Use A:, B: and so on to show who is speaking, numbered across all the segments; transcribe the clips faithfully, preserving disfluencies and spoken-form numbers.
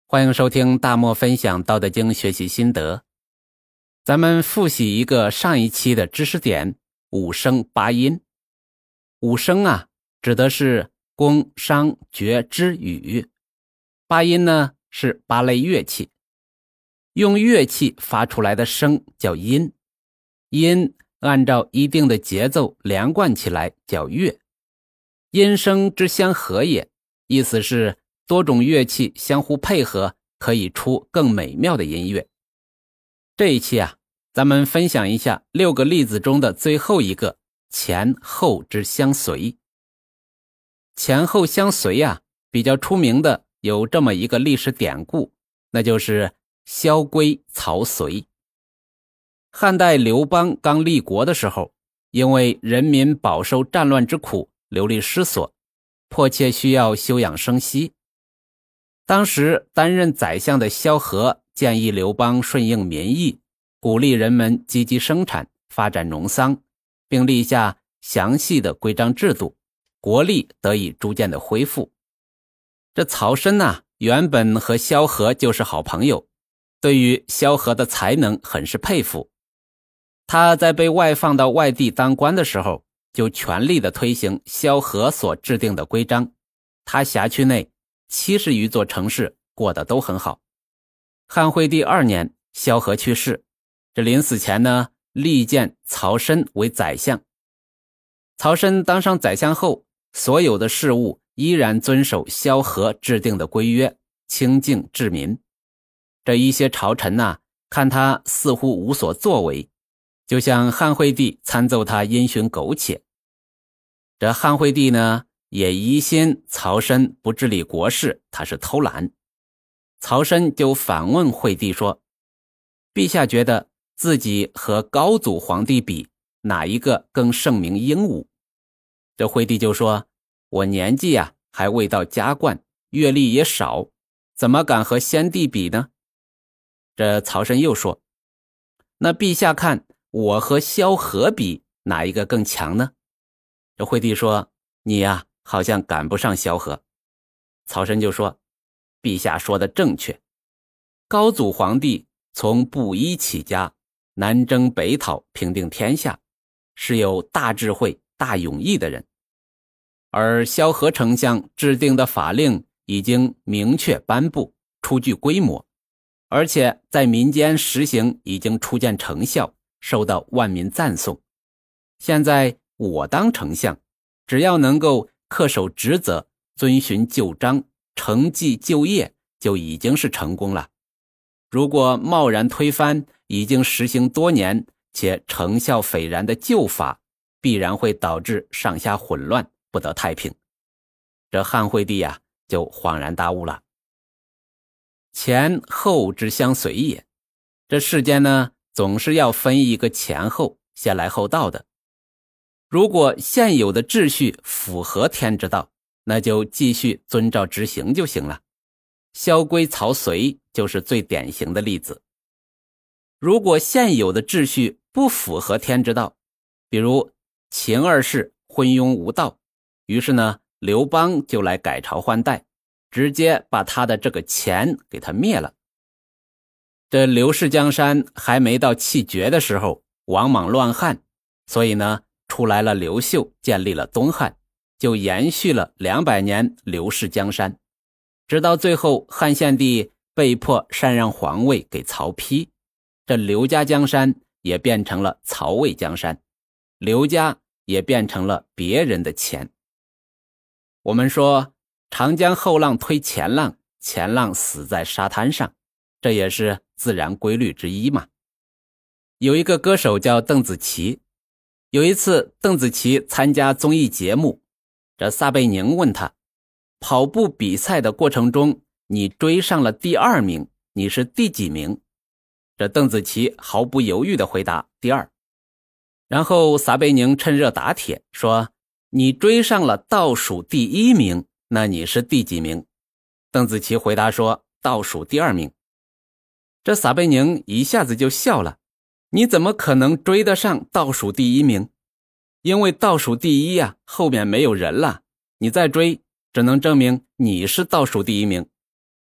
A: 欢迎收听大漠分享道德经学习心得。咱们复习一个上一期的知识点，五声八音。五声啊，指的是宫、商、角、徵、羽。八音呢，是八类乐器。用乐器发出来的声叫音，音按照一定的节奏连贯起来叫乐。音声之相合也，意思是多种乐器相互配合，可以出更美妙的音乐。这一期啊，咱们分享一下六个例子中的最后一个，前后之相随。前后相随啊，比较出名的有这么一个历史典故，那就是萧规曹随。汉代刘邦刚立国的时候，因为人民饱受战乱之苦，流离失所，迫切需要休养生息。当时担任宰相的萧何建议刘邦顺应民意，鼓励人们积极生产，发展农桑，并立下详细的规章制度，国力得以逐渐的恢复。这曹参啊，原本和萧何就是好朋友，对于萧何的才能很是佩服。他在被外放到外地当官的时候，就全力的推行萧何所制定的规章，他辖区内七十余座城市过得都很好。汉惠帝二年，萧何去世，这临死前呢，力荐曹参为宰相。曹参当上宰相后，所有的事务依然遵守萧何制定的规约，清静治民。这一些朝臣啊，看他似乎无所作为，就向汉惠帝参奏他因循苟且。这汉惠帝呢，也疑心曹参不治理国事，他是偷懒。曹参就反问惠帝说，陛下觉得自己和高祖皇帝比，哪一个更盛名英武？这惠帝就说，我年纪啊还未到加冠，阅历也少，怎么敢和先帝比呢？这曹参又说，那陛下看我和萧何比，哪一个更强呢？这惠帝说，你呀、啊好像赶不上萧何。曹参就说，陛下说的正确，高祖皇帝从布衣起家，南征北讨，平定天下，是有大智慧大勇毅的人。而萧何丞相制定的法令已经明确颁布，初具规模，而且在民间实行已经初见成效，受到万民赞颂。现在我当丞相，只要能够恪守职责，遵循旧章，承继旧业，就已经是成功了。如果贸然推翻已经实行多年且成效斐然的旧法，必然会导致上下混乱，不得太平。这汉惠帝啊，就恍然大悟了。前后之相随也，这世间呢，总是要分一个前后，先来后到的。如果现有的秩序符合天之道，那就继续遵照执行就行了。萧规曹随就是最典型的例子。如果现有的秩序不符合天之道，比如秦二世昏庸无道，于是呢，刘邦就来改朝换代，直接把他的这个前给他灭了。这刘氏江山还没到气绝的时候，王莽乱汉，所以呢，出来了刘秀，建立了东汉，就延续了两百年刘氏江山，直到最后汉献帝被迫禅让皇位给曹丕，这刘家江山也变成了曹魏江山，刘家也变成了别人的钱。我们说长江后浪推前浪，前浪死在沙滩上，这也是自然规律之一嘛。有一个歌手叫邓紫棋，有一次邓紫棋参加综艺节目，这撒贝宁问他，跑步比赛的过程中，你追上了第二名，你是第几名？这邓紫棋毫不犹豫地回答第二。然后撒贝宁趁热打铁说，你追上了倒数第一名，那你是第几名？邓紫棋回答说，倒数第二名。这撒贝宁一下子就笑了，你怎么可能追得上倒数第一名？因为倒数第一啊，后面没有人了，你再追，只能证明你是倒数第一名。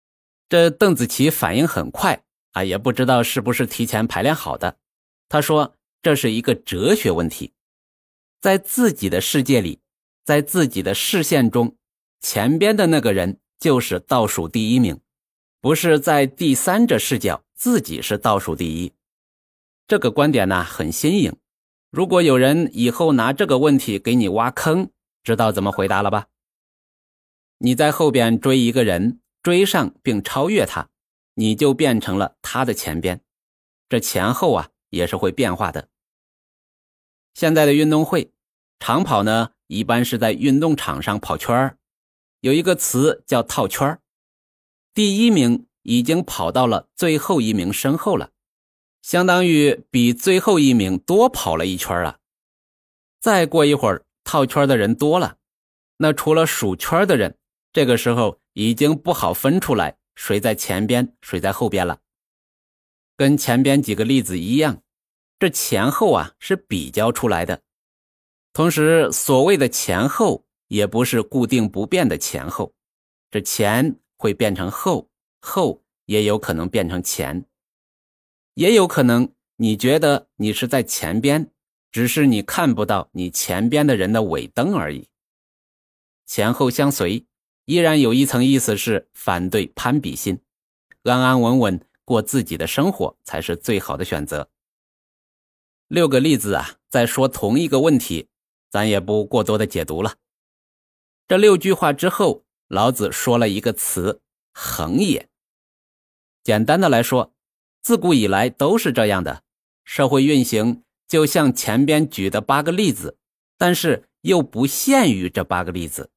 A: 这邓紫棋反应很快啊，也不知道是不是提前排练好的。他说这是一个哲学问题，在自己的世界里，在自己的视线中，前边的那个人就是倒数第一名，不是在第三者视角自己是倒数第一。这个观点呢很新颖，如果有人以后拿这个问题给你挖坑，知道怎么回答了吧？你在后边追一个人，追上并超越他，你就变成了他的前边，这前后啊也是会变化的。现在的运动会长跑呢，一般是在运动场上跑圈儿，有一个词叫套圈儿，第一名已经跑到了最后一名身后了，相当于比最后一名多跑了一圈了。再过一会儿套圈的人多了，那除了数圈的人，这个时候已经不好分出来谁在前边谁在后边了。跟前边几个例子一样，这前后啊是比较出来的。同时所谓的前后也不是固定不变的前后，这前会变成后，后也有可能变成前。也有可能你觉得你是在前边，只是你看不到你前边的人的尾灯而已。前后相随依然有一层意思是反对攀比心，安安稳稳过自己的生活才是最好的选择。六个例子啊，在说同一个问题，咱也不过多的解读了。这六句话之后，老子说了一个词，恒也。简单的来说，自古以来都是这样的，社会运行就像前边举的八个例子，但是又不限于这八个例子。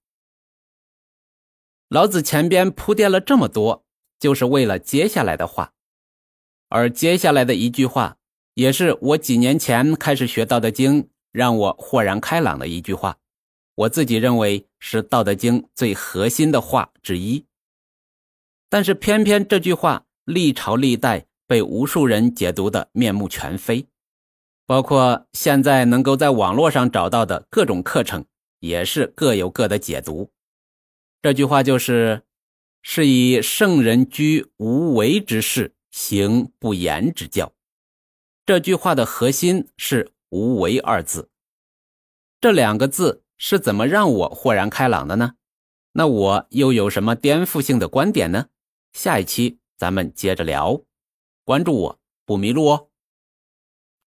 A: 老子前边铺垫了这么多，就是为了接下来的话。而接下来的一句话，也是我几年前开始学道德经，让我豁然开朗的一句话，我自己认为是道德经最核心的话之一。但是偏偏这句话历朝历代被无数人解读的面目全非，包括现在能够在网络上找到的各种课程，也是各有各的解读。这句话就是是以圣人居无为之事，行不言之教。这句话的核心是无为二字。这两个字是怎么让我豁然开朗的呢？那我又有什么颠覆性的观点呢？下一期咱们接着聊，关注我不迷路哦。